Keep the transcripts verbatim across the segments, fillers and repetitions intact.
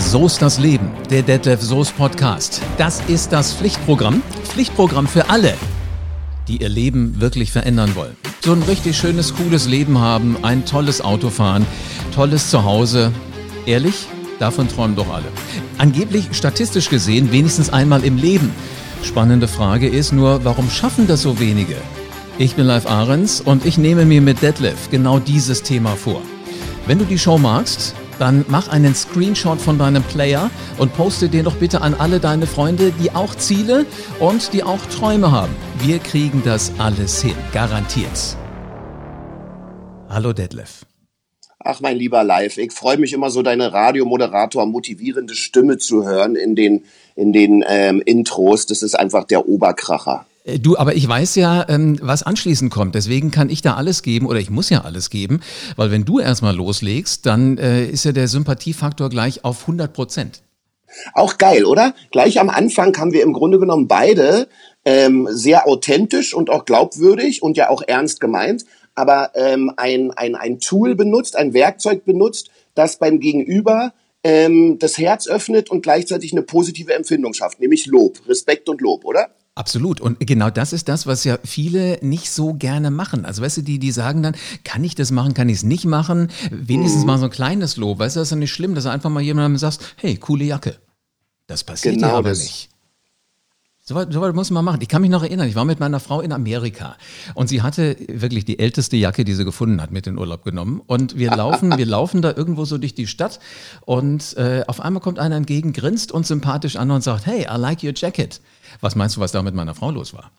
So ist das Leben, der Detlef Soest Podcast. Das ist das Pflichtprogramm, Pflichtprogramm für alle, die ihr Leben wirklich verändern wollen. So ein richtig schönes, cooles Leben haben, ein tolles Auto fahren, tolles Zuhause. Ehrlich, davon träumen doch alle. Angeblich statistisch gesehen wenigstens einmal im Leben. Spannende Frage ist nur, warum schaffen das so wenige? Ich bin Live Ahrens und ich nehme mir mit Detlef genau dieses Thema vor. Wenn du die Show magst, dann mach einen Screenshot von deinem Player und poste den doch bitte an alle deine Freunde, die auch Ziele und die auch Träume haben. Wir kriegen das alles hin, garantiert. Hallo Detlef. Ach, mein lieber Live, ich freue mich immer so, deine Radiomoderator motivierende Stimme zu hören in den, in den ähm, Intros. Das ist einfach der Oberkracher. Du, aber ich weiß ja, ähm, was anschließend kommt. Deswegen kann ich da alles geben oder ich muss ja alles geben. Weil wenn du erstmal loslegst, dann äh, ist ja der Sympathiefaktor gleich auf hundert Prozent. Auch geil, oder? Gleich am Anfang haben wir im Grunde genommen beide ähm, sehr authentisch und auch glaubwürdig und ja auch ernst gemeint, aber ähm, ein, ein, ein Tool benutzt, ein Werkzeug benutzt, das beim Gegenüber ähm, das Herz öffnet und gleichzeitig eine positive Empfindung schafft, nämlich Lob, Respekt und Lob, oder? Absolut. Und genau das ist das, was ja viele nicht so gerne machen. Also weißt du, die, die sagen dann, kann ich das machen, kann ich es nicht machen? Wenigstens mhm. mal so ein kleines Lob. Weißt du, das ist ja nicht schlimm, dass du einfach mal jemandem sagst, hey, coole Jacke. Das passiert genau ja aber das. nicht. So weit, so weit muss man machen. Ich kann mich noch erinnern, ich war mit meiner Frau in Amerika und sie hatte wirklich die älteste Jacke, die sie gefunden hat, mit in den Urlaub genommen. Und wir laufen, wir laufen da irgendwo so durch die Stadt und äh, auf einmal kommt einer entgegen, grinst uns sympathisch an und sagt, hey, I like your jacket. Was meinst du, was da mit meiner Frau los war?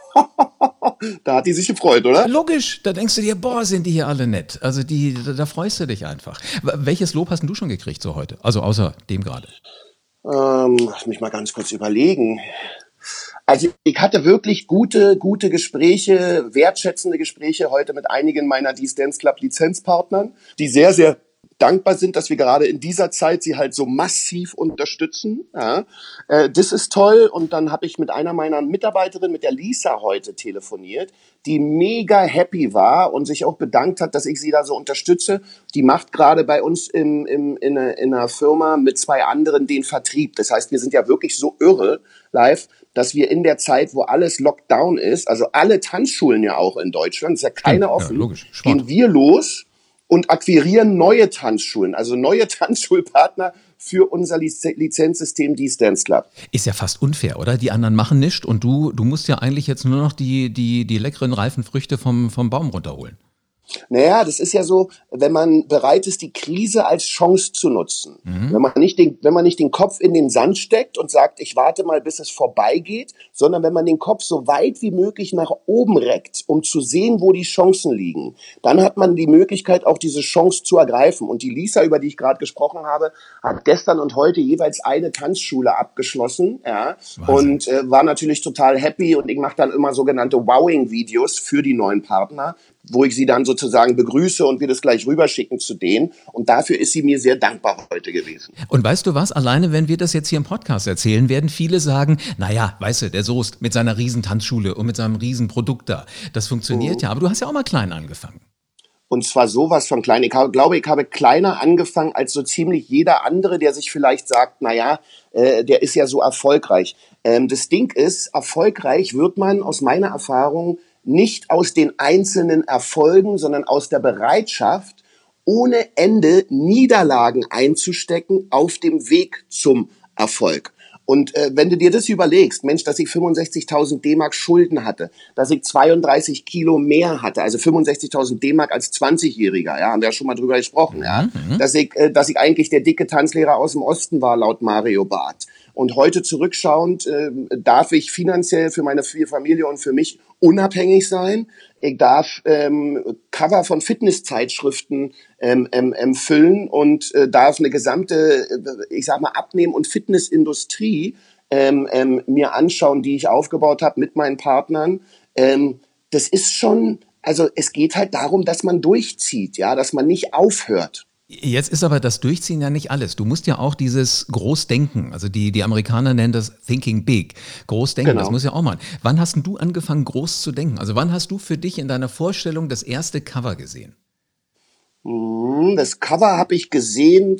Da hat die sich gefreut, oder? Logisch, da denkst du dir, boah, sind die hier alle nett. Also die, da, da freust du dich einfach. Welches Lob hast denn du schon gekriegt so heute? Also außer dem gerade. Ähm, lass mich mal ganz kurz überlegen. Also ich hatte wirklich gute, gute Gespräche, wertschätzende Gespräche heute mit einigen meiner D-Dance Club Lizenzpartnern, die sehr, sehr dankbar sind, dass wir gerade in dieser Zeit sie halt so massiv unterstützen. Ja, äh, das ist toll. Und dann habe ich mit einer meiner Mitarbeiterinnen, mit der Lisa, heute telefoniert, die mega happy war und sich auch bedankt hat, dass ich sie da so unterstütze. Die macht gerade bei uns im, im, in, einer, in einer Firma mit zwei anderen den Vertrieb. Das heißt, wir sind ja wirklich so irre live, dass wir in der Zeit, wo alles Lockdown ist, also alle Tanzschulen ja auch in Deutschland, ist ja keine offen, ja, logisch, gehen wir los und akquirieren neue Tanzschulen, also neue Tanzschulpartner für unser Liz- Lizenzsystem D-Dance Club. Ist ja fast unfair, oder? Die anderen machen nichts und du, du musst ja eigentlich jetzt nur noch die, die, die leckeren, reifen Früchte vom, vom Baum runterholen. Naja, das ist ja so, wenn man bereit ist, die Krise als Chance zu nutzen. Mhm. Wenn man nicht den, wenn man nicht den Kopf in den Sand steckt und sagt, ich warte mal, bis es vorbeigeht, sondern wenn man den Kopf so weit wie möglich nach oben reckt, um zu sehen, wo die Chancen liegen, dann hat man die Möglichkeit, auch diese Chance zu ergreifen. Und die Lisa, über die ich gerade gesprochen habe, hat gestern und heute jeweils eine Tanzschule abgeschlossen, ja, und äh, war natürlich total happy. Und ich mache dann immer sogenannte Wowing-Videos für die neuen Partner, wo ich sie dann sozusagen begrüße und wir das gleich rüberschicken zu denen. Und dafür ist sie mir sehr dankbar heute gewesen. Und weißt du was? Alleine, wenn wir das jetzt hier im Podcast erzählen, werden viele sagen, naja, weißt du, der Soest mit seiner riesen Tanzschule und mit seinem riesen Produkt da, das funktioniert mhm. ja. Aber du hast ja auch mal klein angefangen. Und zwar sowas von klein. Ich habe, glaube, ich habe kleiner angefangen als so ziemlich jeder andere, der sich vielleicht sagt, naja, äh, der ist ja so erfolgreich. Ähm, das Ding ist, erfolgreich wird man aus meiner Erfahrung nicht aus den einzelnen Erfolgen, sondern aus der Bereitschaft, ohne Ende Niederlagen einzustecken auf dem Weg zum Erfolg. Und äh, wenn du dir das überlegst, Mensch, dass ich fünfundsechzigtausend D-Mark Schulden hatte, dass ich zweiunddreißig Kilo mehr hatte, also fünfundsechzigtausend D-Mark als zwanzigjähriger, ja, haben wir ja schon mal drüber gesprochen, ja, mhm. dass ich, äh, dass ich eigentlich der dicke Tanzlehrer aus dem Osten war, laut Mario Barth. Und heute zurückschauend äh, darf ich finanziell für meine Familie und für mich unabhängig sein. Ich darf ähm, Cover von Fitnesszeitschriften ähm, ähm, ähm, füllen und äh, darf eine gesamte, äh, ich sag mal, Abnehmen- und Fitnessindustrie ähm, ähm, mir anschauen, die ich aufgebaut habe mit meinen Partnern. Ähm, das ist schon, also es geht halt darum, dass man durchzieht, ja, dass man nicht aufhört. Jetzt ist aber das Durchziehen ja nicht alles. Du musst ja auch dieses Großdenken, also die, die Amerikaner nennen das Thinking Big, Großdenken, genau. Das muss ja auch mal. Wann hast denn du angefangen, groß zu denken? Also wann hast du für dich in deiner Vorstellung das erste Cover gesehen? Das Cover habe ich gesehen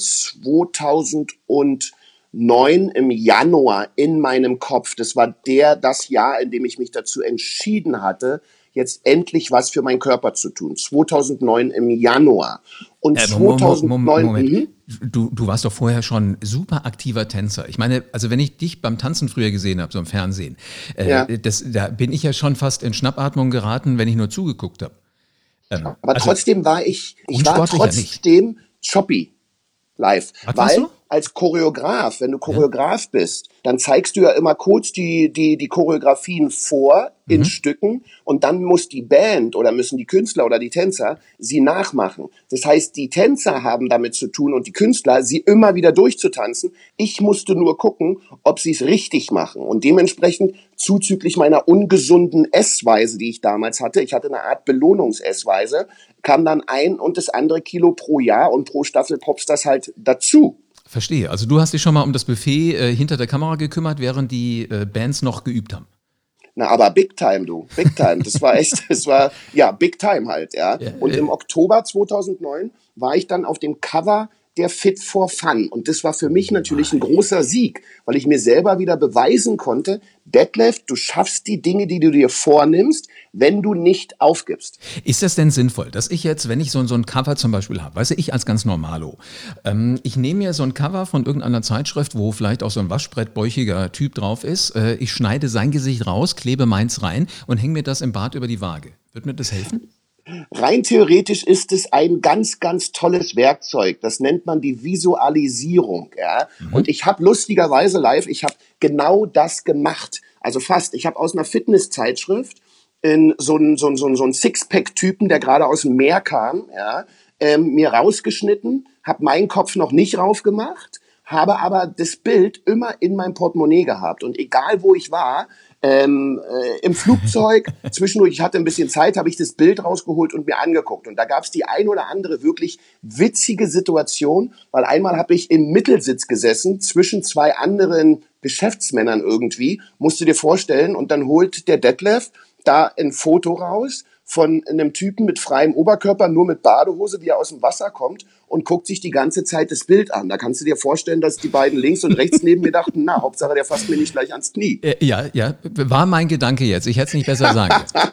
zweitausendneun im Januar in meinem Kopf. Das war der, das Jahr, in dem ich mich dazu entschieden hatte, jetzt endlich was für meinen Körper zu tun. zweitausendneun im Januar. Und äh, zweitausendneun... Moment, Moment. Mhm. Du, du warst doch vorher schon super aktiver Tänzer. Ich meine, also wenn ich dich beim Tanzen früher gesehen habe, so im Fernsehen, äh, Ja. das, da bin ich ja schon fast in Schnappatmung geraten, wenn ich nur zugeguckt habe. Ähm, Aber also, trotzdem war ich, ich war unsportlicher nicht. trotzdem choppy live. Was warst Weil du? als Choreograf, wenn du Choreograf bist, dann zeigst du ja immer kurz die, die, die Choreografien vor in Mhm. Stücken und dann muss die Band oder müssen die Künstler oder die Tänzer sie nachmachen. Das heißt, die Tänzer haben damit zu tun und die Künstler, sie immer wieder durchzutanzen. Ich musste nur gucken, ob sie es richtig machen. Und dementsprechend zuzüglich meiner ungesunden Essweise, die ich damals hatte, ich hatte eine Art Belohnungsessweise, kam dann ein und das andere Kilo pro Jahr und pro Staffel Popstars halt dazu. Verstehe. Also du hast dich schon mal um das Buffet äh, hinter der Kamera gekümmert, während die äh, Bands noch geübt haben. Na, aber Big Time, du. Big Time. Das war echt, das war, ja, Big Time halt, ja. Ja, Und äh, im Oktober zweitausendneun war ich dann auf dem Cover der Fit for Fun. Und das war für mich natürlich ein großer Sieg, weil ich mir selber wieder beweisen konnte, Detlef, du schaffst die Dinge, die du dir vornimmst, wenn du nicht aufgibst. Ist das denn sinnvoll, dass ich jetzt, wenn ich so, so ein Cover zum Beispiel habe, weißt du, ich als ganz Normalo, ähm, ich nehme mir so ein Cover von irgendeiner Zeitschrift, wo vielleicht auch so ein waschbrettbäuchiger Typ drauf ist, äh, ich schneide sein Gesicht raus, klebe meins rein und hänge mir das im Bad über die Waage. Wird mir das helfen? Rein theoretisch ist es ein ganz, ganz tolles Werkzeug. Das nennt man die Visualisierung. Ja? Mhm. Und ich habe lustigerweise live, ich habe genau das gemacht. Also fast. Ich habe aus einer Fitnesszeitschrift in so einen so einen, so einen, so einen Sixpack-Typen, der gerade aus dem Meer kam, ja, ähm, mir rausgeschnitten, habe meinen Kopf noch nicht raufgemacht, habe aber das Bild immer in meinem Portemonnaie gehabt. Und egal, wo ich war, Ähm, äh, im Flugzeug, zwischendurch, ich hatte ein bisschen Zeit, habe ich das Bild rausgeholt und mir angeguckt. Und da gab es die ein oder andere wirklich witzige Situation, weil einmal habe ich im Mittelsitz gesessen, zwischen zwei anderen Geschäftsmännern irgendwie, musst du dir vorstellen, und dann holt der Detlef da ein Foto raus von einem Typen mit freiem Oberkörper, nur mit Badehose, wie er aus dem Wasser kommt und guckt sich die ganze Zeit das Bild an. Da kannst du dir vorstellen, dass die beiden links und rechts neben mir dachten, na, Hauptsache, der fasst mir nicht gleich ans Knie. Äh, ja, ja, war mein Gedanke jetzt. Ich hätte es nicht besser sagen können.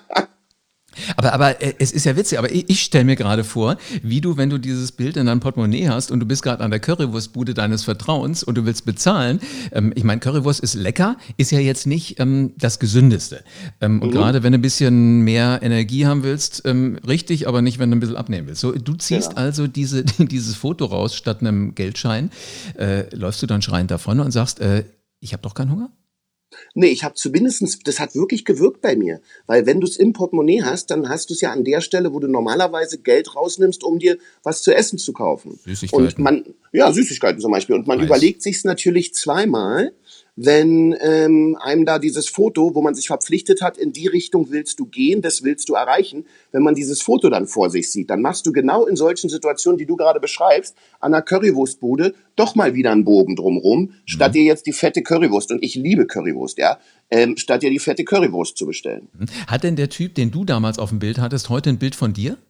Aber, aber äh, es ist ja witzig, aber ich, ich stelle mir gerade vor, wie du, wenn du dieses Bild in deinem Portemonnaie hast und du bist gerade an der Currywurstbude deines Vertrauens und du willst bezahlen. Ähm, ich meine, Currywurst ist lecker, ist ja jetzt nicht ähm, das Gesündeste. Ähm, und Mhm. gerade wenn du ein bisschen mehr Energie haben willst, ähm, richtig, aber nicht, wenn du ein bisschen abnehmen willst. So, du ziehst Ja. also diese, dieses Foto raus statt einem Geldschein, äh, läufst du dann schreiend davon und sagst, äh, ich habe doch keinen Hunger? Nee, ich habe zumindestens, das hat wirklich gewirkt bei mir. Weil wenn du es im Portemonnaie hast, dann hast du es ja an der Stelle, wo du normalerweise Geld rausnimmst, um dir was zu essen zu kaufen. Süßigkeiten. Und man, ja, Süßigkeiten zum Beispiel. Und man Nice. überlegt sich's natürlich zweimal, wenn ähm, einem da dieses Foto, wo man sich verpflichtet hat, in die Richtung willst du gehen, das willst du erreichen, wenn man dieses Foto dann vor sich sieht, dann machst du genau in solchen Situationen, die du gerade beschreibst, an einer Currywurstbude doch mal wieder einen Bogen drumrum, statt Mhm. dir jetzt die fette Currywurst, und ich liebe Currywurst, ja, ähm, statt dir die fette Currywurst zu bestellen. Hat denn der Typ, den du damals auf dem Bild hattest, heute ein Bild von dir?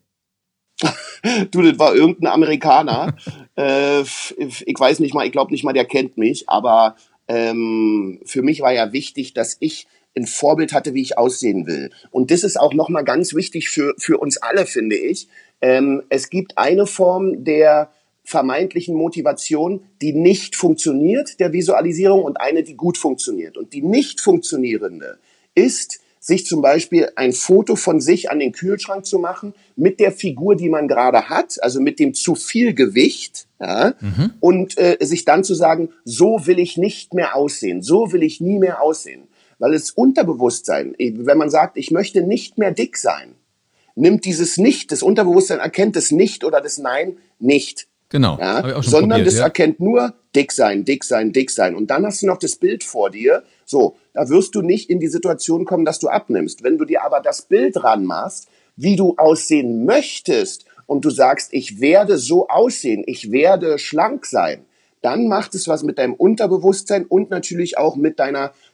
Du, das war irgendein Amerikaner, äh, ich weiß nicht mal, ich glaube nicht mal, der kennt mich, aber ähm, für mich war ja wichtig, dass ich ein Vorbild hatte, wie ich aussehen will. Und das ist auch nochmal ganz wichtig für, für uns alle, finde ich. Ähm, es gibt eine Form der vermeintlichen Motivation, die nicht funktioniert, der Visualisierung, und eine, die gut funktioniert. Und die nicht funktionierende ist, sich zum Beispiel ein Foto von sich an den Kühlschrank zu machen mit der Figur, die man gerade hat, also mit dem zu viel Gewicht, ja, Mhm. und äh, sich dann zu sagen, so will ich nicht mehr aussehen, so will ich nie mehr aussehen. Weil es Unterbewusstsein, wenn man sagt, ich möchte nicht mehr dick sein, nimmt dieses Nicht, das Unterbewusstsein erkennt das Nicht oder das Nein nicht. Genau, Ja, habe ich auch schon sondern probiert, das ja. erkennt nur dick sein, dick sein, dick sein. Und dann hast du noch das Bild vor dir. So, da wirst du nicht in die Situation kommen, dass du abnimmst. Wenn du dir aber das Bild ranmachst, wie du aussehen möchtest, und du sagst, ich werde so aussehen, ich werde schlank sein, dann macht es was mit deinem Unterbewusstsein und natürlich auch mit deiner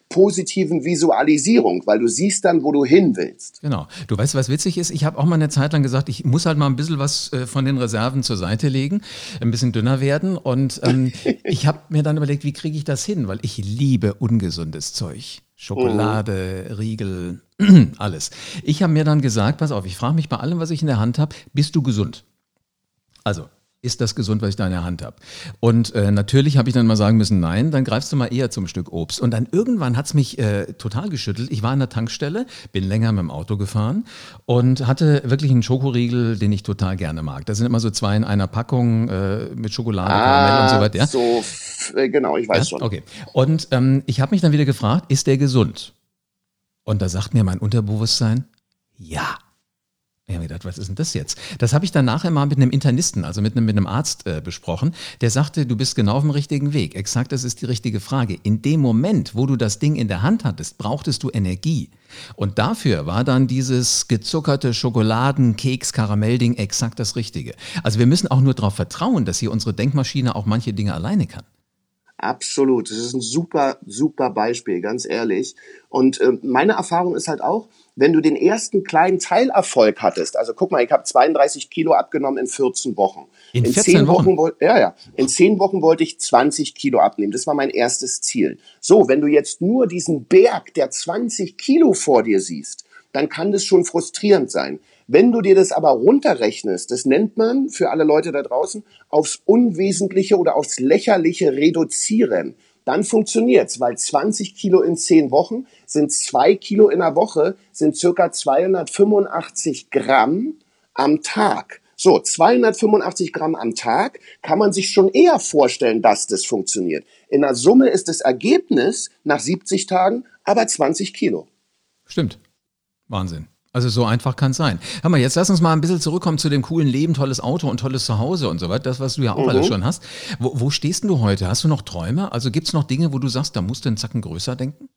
positiven Visualisierung, weil du siehst dann, wo du hin willst. Genau. Du weißt, was witzig ist? Ich habe auch mal eine Zeit lang gesagt, ich muss halt mal ein bisschen was äh, von den Reserven zur Seite legen, ein bisschen dünner werden. Und ähm, ich habe mir dann überlegt, wie kriege ich das hin? Weil ich liebe ungesundes Zeug. Schokolade, mhm. Riegel, alles. Ich habe mir dann gesagt, pass auf, ich frage mich bei allem, was ich in der Hand habe, bist du gesund? Also, ist das gesund, was ich da in der Hand habe? Und äh, natürlich habe ich dann mal sagen müssen, nein, dann greifst du mal eher zum Stück Obst. Und dann irgendwann hat es mich äh, total geschüttelt. Ich war an der Tankstelle, bin länger mit dem Auto gefahren und hatte wirklich einen Schokoriegel, den ich total gerne mag. Da sind immer so zwei in einer Packung äh, mit Schokolade, ah, Karamell und so weiter. Ja? So, f- genau, ich weiß ja? schon. Okay. Und ähm, ich habe mich dann wieder gefragt, ist der gesund? Und da sagt mir mein Unterbewusstsein, ja. Ich habe mir gedacht, was ist denn das jetzt? Das habe ich dann nachher mal mit einem Internisten, also mit einem, mit einem Arzt äh, besprochen. Der sagte, du bist genau auf dem richtigen Weg. Exakt, das ist die richtige Frage. In dem Moment, wo du das Ding in der Hand hattest, brauchtest du Energie. Und dafür war dann dieses gezuckerte Schokoladen-, Keks-, Karamellding exakt das Richtige. Also wir müssen auch nur darauf vertrauen, dass hier unsere Denkmaschine auch manche Dinge alleine kann. Absolut. Das ist ein super, super Beispiel, ganz ehrlich. Und äh, meine Erfahrung ist halt auch, wenn du den ersten kleinen Teilerfolg hattest, also guck mal, ich habe zweiunddreißig Kilo abgenommen in vierzehn Wochen. In vierzehn Wochen? Wochen ja, ja. In zehn Wochen wollte ich zwanzig Kilo abnehmen. Das war mein erstes Ziel. So, wenn du jetzt nur diesen Berg der zwanzig Kilo vor dir siehst, dann kann das schon frustrierend sein. Wenn du dir das aber runterrechnest, das nennt man für alle Leute da draußen, aufs Unwesentliche oder aufs Lächerliche reduzieren, dann funktioniert's, weil zwanzig Kilo in zehn Wochen sind zwei Kilo in der Woche, sind circa zweihundertfünfundachtzig Gramm am Tag. So, zweihundertfünfundachtzig Gramm am Tag kann man sich schon eher vorstellen, dass das funktioniert. In der Summe ist das Ergebnis nach siebzig Tagen aber zwanzig Kilo. Stimmt. Wahnsinn. Also so einfach kann es sein. Hör mal, jetzt lass uns mal ein bisschen zurückkommen zu dem coolen Leben, tolles Auto und tolles Zuhause und so weiter, das, was du ja auch mhm. alles schon hast. Wo, wo stehst denn du heute? Hast du noch Träume? Also gibt es noch Dinge, wo du sagst, da musst du einen Zacken größer denken?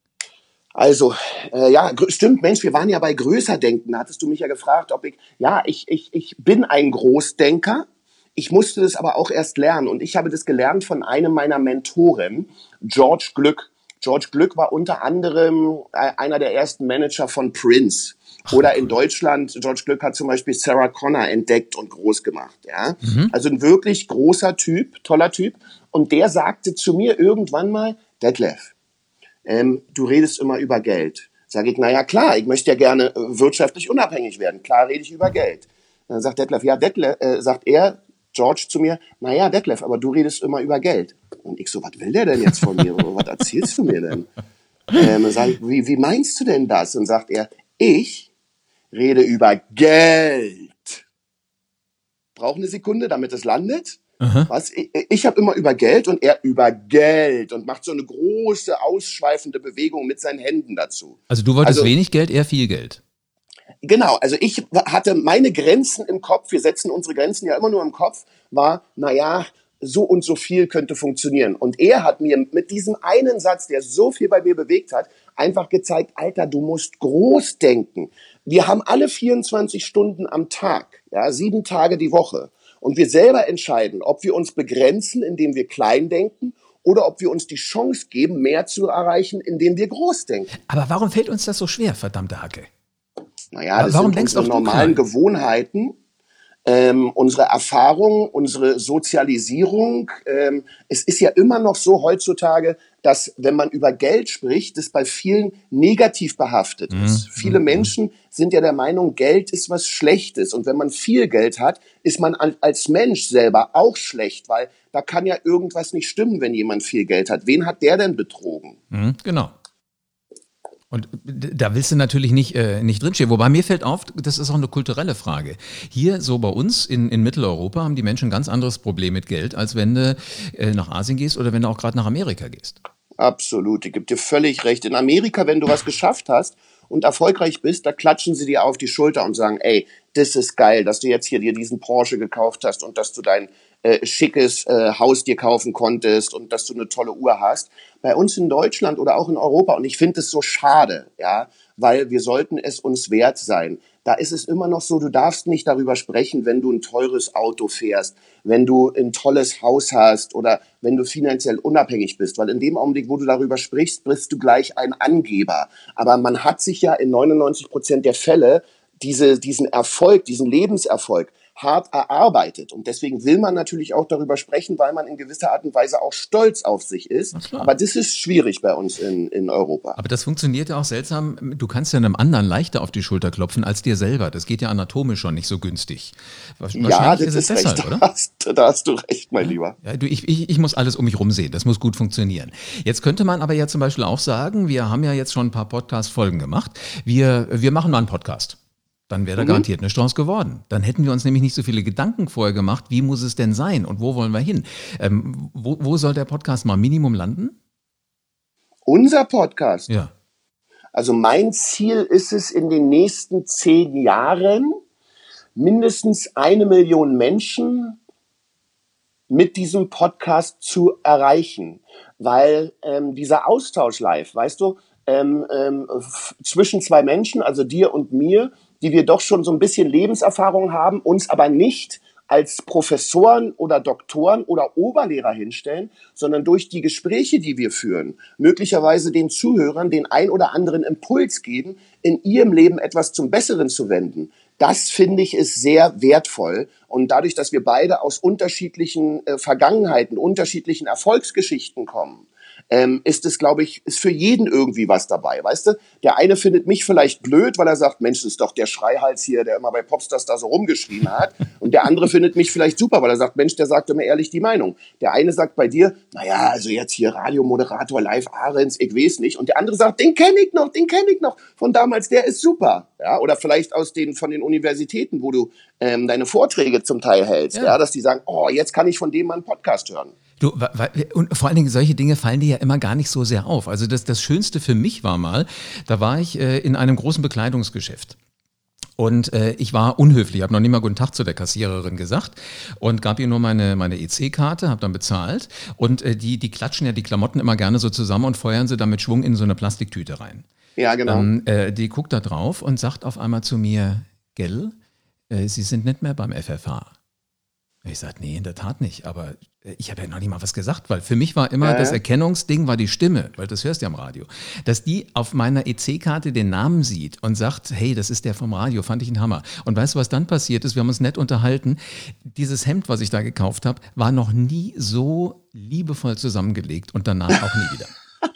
Also, äh, ja, gr- stimmt, Mensch, wir waren ja bei größer denken. Da hattest du mich ja gefragt, ob ich, ja, ich, ich, ich bin ein Großdenker. Ich musste das aber auch erst lernen und ich habe das gelernt von einem meiner Mentoren, George Glück. George Glück war unter anderem äh, einer der ersten Manager von Prince. Oder in Deutschland, George Glück hat zum Beispiel Sarah Connor entdeckt und groß gemacht. Ja? Mhm. Also ein wirklich großer Typ, toller Typ. Und der sagte zu mir irgendwann mal, Detlef, ähm, du redest immer über Geld. Sag ich, naja klar, ich möchte ja gerne äh, wirtschaftlich unabhängig werden. Klar rede ich über Geld. Dann sagt Detlef, ja Detlef, äh, sagt er, George zu mir, naja Detlef, aber du redest immer über Geld. Und ich so, was will der denn jetzt von mir? Was erzählst du mir denn? Ähm, sag ich, wie, wie meinst du denn das? Und sagt er, ich rede über Geld. Braucht eine Sekunde, damit es landet. Aha. Was? Ich, ich habe immer über Geld und er über Geld und macht so eine große, ausschweifende Bewegung mit seinen Händen dazu. Also du wolltest also, wenig Geld, eher viel Geld. Genau, also ich hatte meine Grenzen im Kopf, wir setzen unsere Grenzen ja immer nur im Kopf, war, naja, so und so viel könnte funktionieren. Und er hat mir mit diesem einen Satz, der so viel bei mir bewegt hat, einfach gezeigt, Alter, du musst groß denken. Wir haben alle vierundzwanzig Stunden am Tag, ja, sieben Tage die Woche. Und wir selber entscheiden, ob wir uns begrenzen, indem wir klein denken, oder ob wir uns die Chance geben, mehr zu erreichen, indem wir groß denken. Aber warum fällt uns das so schwer, verdammte Hacke? Naja, das warum sind unsere normalen Gewohnheiten, ähm, unsere Erfahrung, unsere Sozialisierung. Ähm, es ist ja immer noch so heutzutage, dass, wenn man über Geld spricht, das bei vielen negativ behaftet mhm. ist. Viele mhm. Menschen sind ja der Meinung, Geld ist was Schlechtes. Und wenn man viel Geld hat, ist man als Mensch selber auch schlecht, weil da kann ja irgendwas nicht stimmen, wenn jemand viel Geld hat. Wen hat der denn betrogen? Mhm, genau. Und da willst du natürlich nicht, äh, nicht drinstehen. Wobei mir fällt auf, das ist auch eine kulturelle Frage. Hier so bei uns in, in Mitteleuropa haben die Menschen ein ganz anderes Problem mit Geld, als wenn du äh, nach Asien gehst oder wenn du auch gerade nach Amerika gehst. Absolut, ich gebe dir völlig recht. In Amerika, wenn du was geschafft hast und erfolgreich bist, da klatschen sie dir auf die Schulter und sagen, ey, das ist geil, dass du jetzt hier dir diesen Porsche gekauft hast und dass du dein äh, schickes äh, Haus dir kaufen konntest und dass du eine tolle Uhr hast. Bei uns in Deutschland oder auch in Europa, und ich finde es so schade, ja, weil wir sollten es uns wert sein, da ist es immer noch so, du darfst nicht darüber sprechen, wenn du ein teures Auto fährst, wenn du ein tolles Haus hast oder wenn du finanziell unabhängig bist, weil in dem Augenblick, wo du darüber sprichst, bist du gleich ein Angeber. Aber man hat sich ja in neunundneunzig Prozent der Fälle diese, diesen Erfolg, diesen Lebenserfolg hart erarbeitet. Und deswegen will man natürlich auch darüber sprechen, weil man in gewisser Art und Weise auch stolz auf sich ist. Aber das ist schwierig bei uns in, in Europa. Aber das funktioniert ja auch seltsam. Du kannst ja einem anderen leichter auf die Schulter klopfen als dir selber. Das geht ja anatomisch schon nicht so günstig. Wahrscheinlich ja, das ist es ist deshalb, recht. oder? Da hast, da hast du recht, mein ja. Lieber. Ja, du, ich, ich, ich muss alles um mich rumsehen. Das muss gut funktionieren. Jetzt könnte man aber ja zum Beispiel auch sagen, wir haben ja jetzt schon ein paar Podcast-Folgen gemacht. Wir, wir machen mal einen Podcast. Dann wäre da mhm. garantiert eine Chance geworden. Dann hätten wir uns nämlich nicht so viele Gedanken vorher gemacht, wie muss es denn sein und wo wollen wir hin? Ähm, wo, wo soll der Podcast mal Minimum landen? Unser Podcast? Ja. Also mein Ziel ist es, in den nächsten zehn Jahren mindestens eine Million Menschen mit diesem Podcast zu erreichen. Weil ähm, dieser Austausch live, weißt du, ähm, ähm, f- zwischen zwei Menschen, also dir und mir, die wir doch schon so ein bisschen Lebenserfahrung haben, uns aber nicht als Professoren oder Doktoren oder Oberlehrer hinstellen, sondern durch die Gespräche, die wir führen, möglicherweise den Zuhörern den ein oder anderen Impuls geben, in ihrem Leben etwas zum Besseren zu wenden. Das, finde ich, ist sehr wertvoll. Und dadurch, dass wir beide aus unterschiedlichen äh, Vergangenheiten, unterschiedlichen Erfolgsgeschichten kommen, ähm, ist es, glaube ich, ist für jeden irgendwie was dabei, weißt du? Der eine findet mich vielleicht blöd, weil er sagt, Mensch, das ist doch der Schreihals hier, der immer bei Popstars da so rumgeschrien hat. Und der andere findet mich vielleicht super, weil er sagt, Mensch, der sagt immer ehrlich die Meinung. Der eine sagt bei dir, naja, also jetzt hier Radiomoderator live Ahrens, ich weiß nicht. Und der andere sagt, den kenne ich noch, den kenne ich noch von damals, der ist super. Ja, oder vielleicht aus den, von den Universitäten, wo du ähm, deine Vorträge zum Teil hältst, ja. ja, dass die sagen, oh, jetzt kann ich von dem mal einen Podcast hören. Du, und vor allen Dingen solche Dinge fallen dir ja immer gar nicht so sehr auf. Also das, das Schönste für mich war mal, da war ich äh, in einem großen Bekleidungsgeschäft. Und äh, ich war unhöflich, habe noch nicht mal guten Tag zu der Kassiererin gesagt und gab ihr nur meine, meine E C-Karte, habe dann bezahlt. Und äh, die, die klatschen ja die Klamotten immer gerne so zusammen und feuern sie dann mit Schwung in so eine Plastiktüte rein. Ja, genau. Ähm, äh, die guckt da drauf und sagt auf einmal zu mir, gell, äh, Sie sind nicht mehr beim F F H. Ich sage, nee, in der Tat nicht, aber ich habe ja noch nicht mal was gesagt, weil für mich war immer äh. das Erkennungsding war die Stimme, weil das hörst du ja am Radio. Dass die auf meiner E C-Karte den Namen sieht und sagt, hey, das ist der vom Radio, fand ich einen Hammer. Und weißt du, was dann passiert ist? Wir haben uns nett unterhalten. Dieses Hemd, was ich da gekauft habe, war noch nie so liebevoll zusammengelegt und danach auch nie wieder.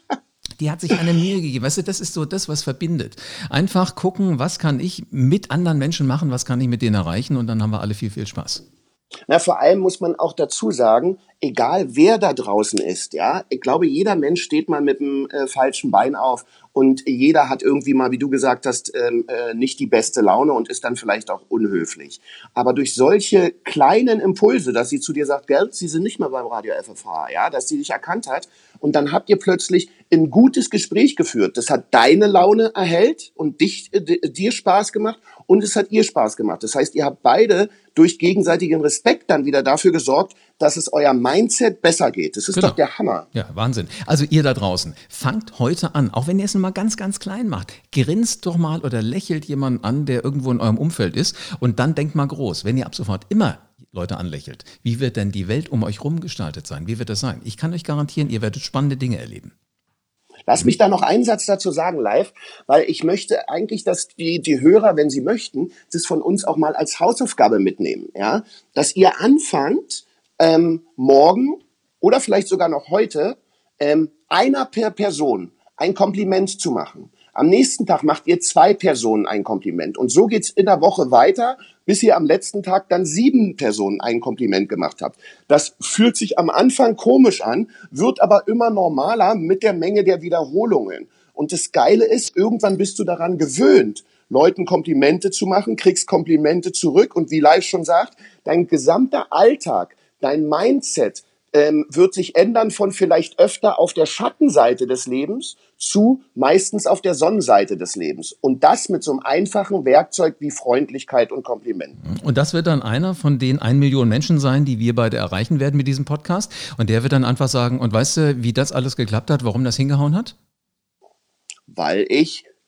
Die hat sich eine Mühe gegeben. Weißt du, das ist so das, was verbindet. Einfach gucken, was kann ich mit anderen Menschen machen, was kann ich mit denen erreichen und dann haben wir alle viel, viel Spaß. Na, vor allem muss man auch dazu sagen, egal wer da draußen ist, ja, ich glaube, jeder Mensch steht mal mit dem äh, falschen Bein auf und jeder hat irgendwie mal, wie du gesagt hast, ähm, äh, nicht die beste Laune und ist dann vielleicht auch unhöflich. Aber durch solche kleinen Impulse, dass sie zu dir sagt, gell, Sie sind nicht mehr beim Radio F F H, ja, dass sie dich erkannt hat und dann habt ihr plötzlich ein gutes Gespräch geführt. Das hat deine Laune erhellt und dich, äh, dir Spaß gemacht und es hat ihr Spaß gemacht. Das heißt, ihr habt beide durch gegenseitigen Respekt dann wieder dafür gesorgt, dass es euer Mindset besser geht. Das ist genau. doch der Hammer. Ja, Wahnsinn. Also ihr da draußen, fangt heute an, auch wenn ihr es nur mal ganz, ganz klein macht, grinst doch mal oder lächelt jemanden an, der irgendwo in eurem Umfeld ist und dann denkt mal groß. Wenn ihr ab sofort immer Leute anlächelt, wie wird denn die Welt um euch rum gestaltet sein? Wie wird das sein? Ich kann euch garantieren, ihr werdet spannende Dinge erleben. Lass mich da noch einen Satz dazu sagen, live, weil ich möchte eigentlich, dass die, die Hörer, wenn sie möchten, das von uns auch mal als Hausaufgabe mitnehmen, ja, dass ihr anfangt, ähm, morgen oder vielleicht sogar noch heute, ähm, einer per Person ein Kompliment zu machen. Am nächsten Tag macht ihr zwei Personen ein Kompliment und so geht's in der Woche weiter, bis ihr am letzten Tag dann sieben Personen ein Kompliment gemacht habt. Das fühlt sich am Anfang komisch an, wird aber immer normaler mit der Menge der Wiederholungen. Und das Geile ist, irgendwann bist du daran gewöhnt, Leuten Komplimente zu machen, kriegst Komplimente zurück und wie Live schon sagt, dein gesamter Alltag, dein Mindset ähm, wird sich ändern von vielleicht öfter auf der Schattenseite des Lebens zu meistens auf der Sonnenseite des Lebens. Und das mit so einem einfachen Werkzeug wie Freundlichkeit und Kompliment. Und das wird dann einer von den ein Million Menschen sein, die wir beide erreichen werden mit diesem Podcast. Und der wird dann einfach sagen, und weißt du, wie das alles geklappt hat, warum das hingehauen hat? Weil ich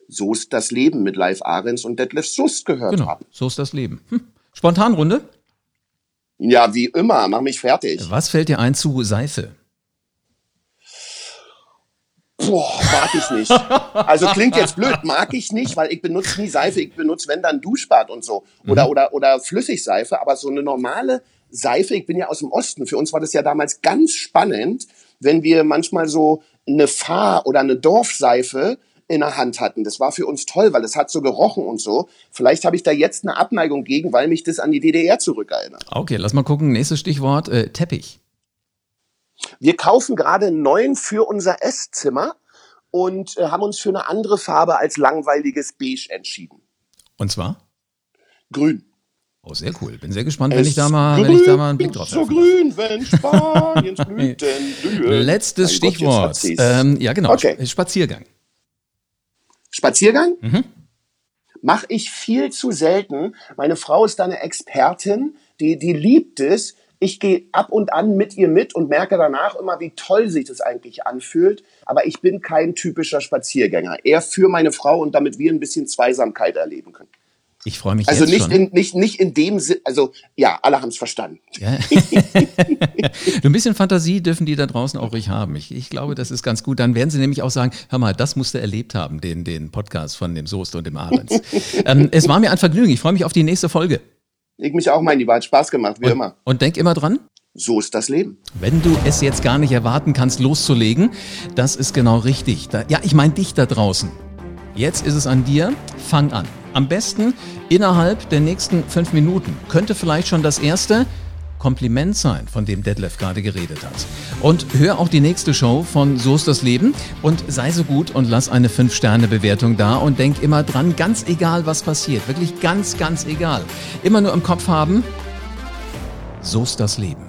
So ist das Leben mit Live Ahrens und Detlef Soest gehört Genau, habe. so ist das Leben. Hm. Spontanrunde? Ja, wie immer, mach mich fertig. Was fällt dir ein zu Seife? Boah, mag ich nicht. Also klingt jetzt blöd, mag ich nicht, weil ich benutze nie Seife, ich benutze, wenn dann Duschbad und so. Oder, mhm. oder, oder Flüssigseife, aber so eine normale Seife, ich bin ja aus dem Osten, für uns war das ja damals ganz spannend, wenn wir manchmal so eine Fahr- oder eine Dorfseife in der Hand hatten. Das war für uns toll, weil es hat so gerochen und so. Vielleicht habe ich da jetzt eine Abneigung gegen, weil mich das an die D D R zurückerinnert. Okay, lass mal gucken. Nächstes Stichwort, äh, Teppich. Wir kaufen gerade einen neuen für unser Esszimmer und äh, haben uns für eine andere Farbe als langweiliges Beige entschieden. Und zwar? Grün. Oh, sehr cool. Bin sehr gespannt, wenn ich da mal, wenn ich da mal einen Blick drauf habe. So grün, wenn Spaniens Blüten blühen. Letztes Mein Stichwort. Gott, ähm, ja, genau. Okay. Spaziergang. Spaziergang? Mhm. Mache ich viel zu selten. Meine Frau ist da eine Expertin, die, die liebt es. Ich gehe ab und an mit ihr mit und merke danach immer, wie toll sich das eigentlich anfühlt. Aber ich bin kein typischer Spaziergänger. Eher für meine Frau und damit wir ein bisschen Zweisamkeit erleben können. Ich freue mich also jetzt nicht schon. in nicht nicht in dem Sinne, also ja, alle haben es verstanden. Ja. Ein bisschen Fantasie dürfen die da draußen auch ruhig haben. Ich, ich glaube, das ist ganz gut. Dann werden sie nämlich auch sagen, hör mal, das musst du erlebt haben, den, den Podcast von dem Soest und dem Ahrens. ähm, es war mir ein Vergnügen. Ich freue mich auf die nächste Folge. Ich mich auch, mein Lieber. Hat Spaß gemacht, wie und, immer. Und denk immer dran. So ist das Leben. Wenn du es jetzt gar nicht erwarten kannst, loszulegen, das ist genau richtig. Da, ja, ich meine dich da draußen. Jetzt ist es an dir. Fang an. Am besten innerhalb der nächsten fünf Minuten. Könnte vielleicht schon das erste Kompliment sein, von dem Detlef gerade geredet hat. Und hör auch die nächste Show von So ist das Leben und sei so gut und lass eine fünf Sterne Bewertung da und denk immer dran, ganz egal was passiert, wirklich ganz, ganz egal. Immer nur im Kopf haben, so ist das Leben.